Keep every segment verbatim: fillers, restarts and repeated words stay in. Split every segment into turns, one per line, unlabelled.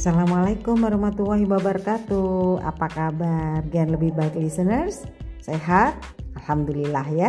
Assalamualaikum warahmatullahi wabarakatuh. Apa kabar Gen Lebih Baik listeners? Sehat? Alhamdulillah ya.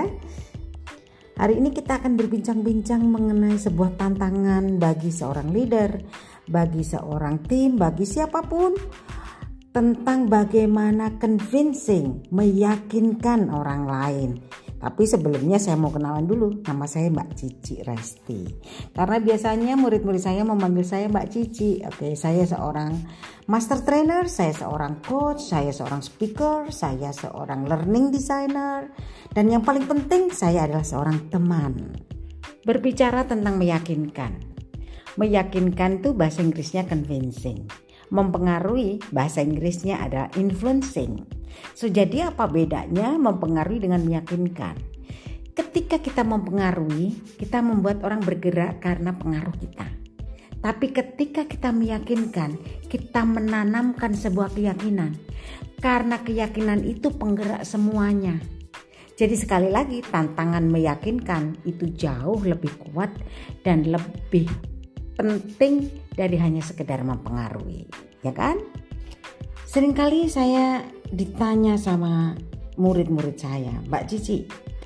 Hari ini kita akan berbincang-bincang mengenai sebuah tantangan bagi seorang leader, bagi seorang tim, bagi siapapun, tentang bagaimana convincing, meyakinkan orang lain. Tapi sebelumnya saya mau kenalan dulu. Nama saya Mbak Cici Resti. Karena biasanya murid-murid saya memanggil saya Mbak Cici. Oke, saya seorang master trainer, saya seorang coach, saya seorang speaker, saya seorang learning designer, dan yang paling penting saya adalah seorang teman. Berbicara tentang meyakinkan. Meyakinkan tuh bahasa Inggrisnya convincing. Mempengaruhi bahasa Inggrisnya adalah influencing. So, jadi apa bedanya mempengaruhi dengan meyakinkan? Ketika kita mempengaruhi, kita membuat orang bergerak karena pengaruh kita. Tapi ketika kita meyakinkan, kita menanamkan sebuah keyakinan. Karena keyakinan itu penggerak semuanya. Jadi sekali lagi tantangan meyakinkan itu jauh lebih kuat dan lebih penting dari hanya sekedar mempengaruhi, ya kan? Seringkali saya ditanya sama murid-murid saya, Mbak Cici,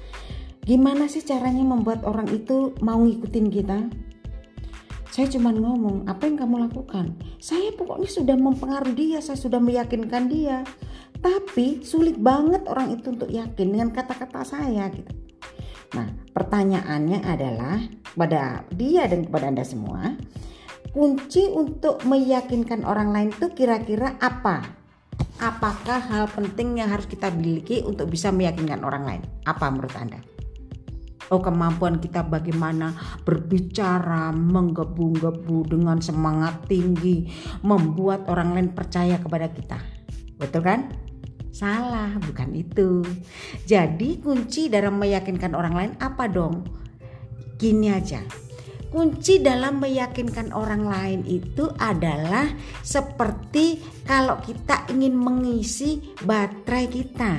gimana sih caranya membuat orang itu mau ngikutin kita? Saya cuma ngomong, apa yang kamu lakukan? Saya pokoknya sudah mempengaruhi dia, saya sudah meyakinkan dia. Tapi sulit banget orang itu untuk yakin dengan kata-kata saya gitu. Nah, pertanyaannya adalah pada dia dan kepada Anda semua, kunci untuk meyakinkan orang lain itu kira-kira apa? Apakah hal penting yang harus kita miliki untuk bisa meyakinkan orang lain? Apa menurut Anda? Oh, kemampuan kita bagaimana berbicara, menggebu-gebu dengan semangat tinggi, membuat orang lain percaya kepada kita. Betul kan? Salah, bukan itu. Jadi kunci dalam meyakinkan orang lain apa dong? Gini aja. Kunci dalam meyakinkan orang lain itu adalah seperti kalau kita ingin mengisi baterai kita.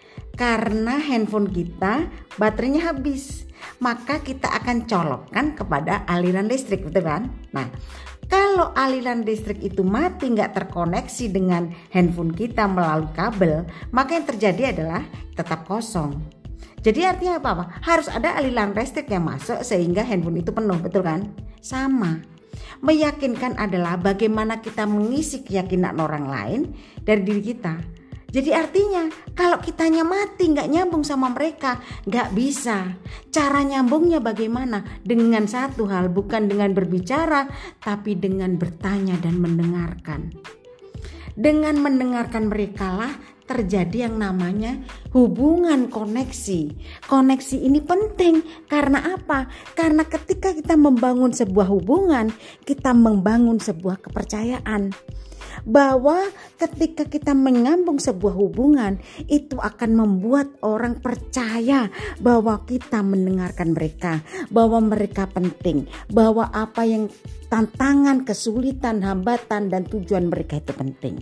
Karena handphone kita baterainya habis, maka kita akan colokkan kepada aliran listrik, betul kan? Nah, kalau aliran listrik itu mati, nggak terkoneksi dengan handphone kita melalui kabel, maka yang terjadi adalah tetap kosong. Jadi artinya apa-apa? Harus ada aliran listrik yang masuk sehingga handphone itu penuh, betul kan? Sama. Meyakinkan adalah bagaimana kita mengisi keyakinan orang lain dari diri kita. Jadi artinya kalau kitanya mati, nggak nyambung sama mereka, nggak bisa. Cara nyambungnya bagaimana? Dengan satu hal, bukan dengan berbicara, tapi dengan bertanya dan mendengarkan. Dengan mendengarkan mereka lah terjadi yang namanya hubungan koneksi. Koneksi ini penting karena apa? Karena ketika kita membangun sebuah hubungan, kita membangun sebuah kepercayaan. Bahwa ketika kita menyambung sebuah hubungan, itu akan membuat orang percaya bahwa kita mendengarkan mereka, bahwa mereka penting, bahwa apa yang tantangan, kesulitan, hambatan, dan tujuan mereka itu penting.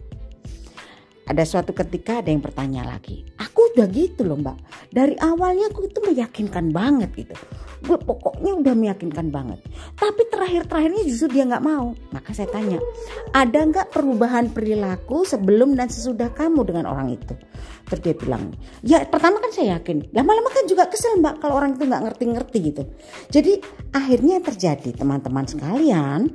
Ada suatu ketika ada yang bertanya lagi, aku udah gitu loh Mbak, dari awalnya aku itu meyakinkan banget gitu, gue pokoknya udah meyakinkan banget, tapi terakhir-terakhirnya justru dia gak mau. Maka saya tanya, ada gak perubahan perilaku sebelum dan sesudah kamu dengan orang itu? Terus dia bilang, ya pertama kan saya yakin, lama-lama kan juga kesel Mbak kalau orang itu gak ngerti-ngerti gitu. Jadi akhirnya terjadi teman-teman sekalian,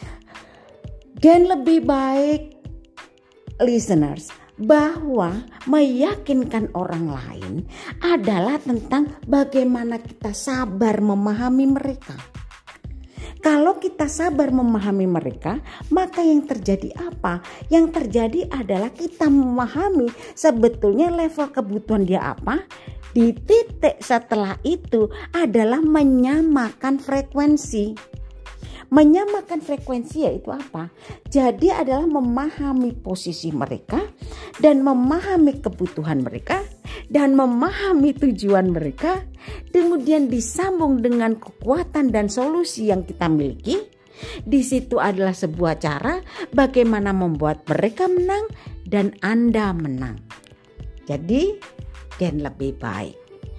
dan lebih baik listeners, bahwa meyakinkan orang lain adalah tentang bagaimana kita sabar memahami mereka. Kalau kita sabar memahami mereka, maka yang terjadi apa? Yang terjadi adalah kita memahami sebetulnya level kebutuhan dia apa. Di titik setelah itu adalah menyamakan frekuensi. Menyamakan frekuensi yaitu apa? Jadi adalah memahami posisi mereka dan memahami kebutuhan mereka dan memahami tujuan mereka, kemudian disambung dengan kekuatan dan solusi yang kita miliki. Di situ adalah sebuah cara bagaimana membuat mereka menang dan Anda menang. Jadi, dan lebih baik.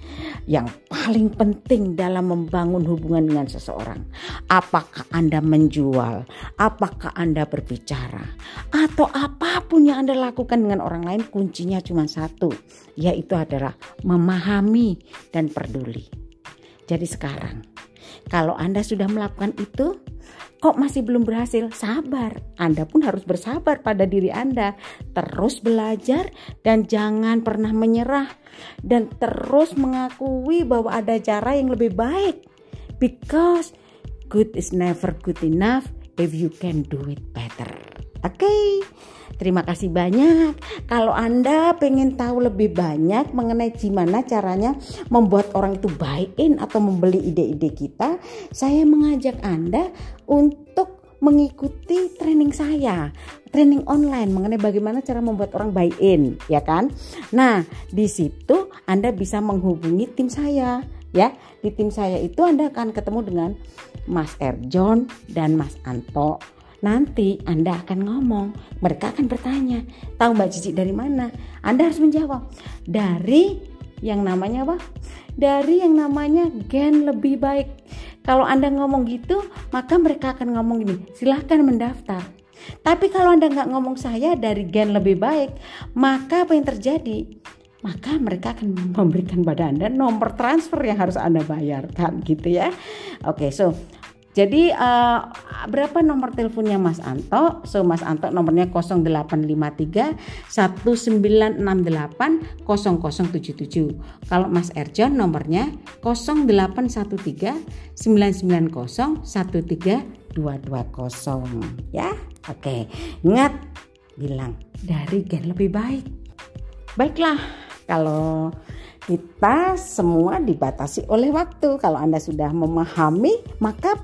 yang paling penting dalam membangun hubungan dengan seseorang. Apakah Anda menjual, apakah Anda berbicara, atau apapun yang Anda lakukan dengan orang lain, kuncinya cuma satu, yaitu adalah memahami dan peduli. Jadi sekarang, kalau Anda sudah melakukan itu, kok masih belum berhasil? Sabar. Anda pun harus bersabar pada diri Anda. Terus belajar dan jangan pernah menyerah. Dan terus mengakui bahwa ada cara yang lebih baik. Because good is never good enough if you can do it better. Oke, okay? Terima kasih banyak. Kalau Anda pengen tahu lebih banyak mengenai gimana caranya membuat orang itu buy in atau membeli ide-ide kita, saya mengajak Anda untuk mengikuti training saya, training online mengenai bagaimana cara membuat orang buy in, ya kan? Nah, di situ Anda bisa menghubungi tim saya, ya. Di tim saya itu Anda akan ketemu dengan Mas Erjon dan Mas Anto. Nanti Anda akan ngomong, mereka akan bertanya, tahu Mbak Cici dari mana? Anda harus menjawab, dari yang namanya apa? Dari yang namanya Gen Lebih Baik. Kalau Anda ngomong gitu, maka mereka akan ngomong gini, silahkan mendaftar. Tapi kalau Anda nggak ngomong saya dari Gen Lebih Baik, maka apa yang terjadi? Maka mereka akan memberikan pada Anda nomor transfer yang harus Anda bayarkan, gitu ya. Oke, so jadi uh, berapa nomor teleponnya Mas Anto? So Mas Anto nomornya nol delapan lima tiga satu sembilan enam delapan nol nol tujuh tujuh. Kalau Mas Erjon nomornya nol delapan satu tiga sembilan sembilan nol satu tiga dua dua nol. Ya, oke. Ingat, bilang dari Gen Lebih Baik. Baiklah, kalau kita semua dibatasi oleh waktu. Kalau Anda sudah memahami, maka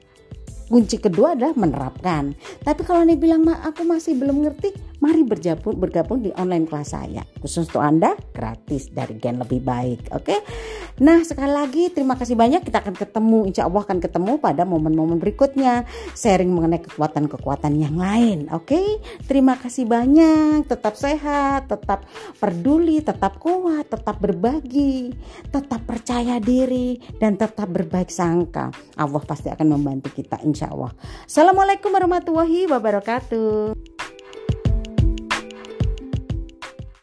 kunci kedua adalah menerapkan. Tapi kalau Anda bilang, Ma, aku masih belum ngerti, mari bergabung, bergabung di online kelas saya. Khusus untuk Anda, gratis dari Gen Lebih Baik. Oke? Nah, sekali lagi terima kasih banyak. Kita akan ketemu, insya Allah akan ketemu pada momen-momen berikutnya. Sharing mengenai kekuatan-kekuatan yang lain. Oke? Terima kasih banyak. Tetap sehat, tetap peduli, tetap kuat, tetap berbagi, tetap percaya diri, dan tetap berbaik sangka. Allah pasti akan membantu kita, insya Allah. Assalamualaikum warahmatullahi wabarakatuh.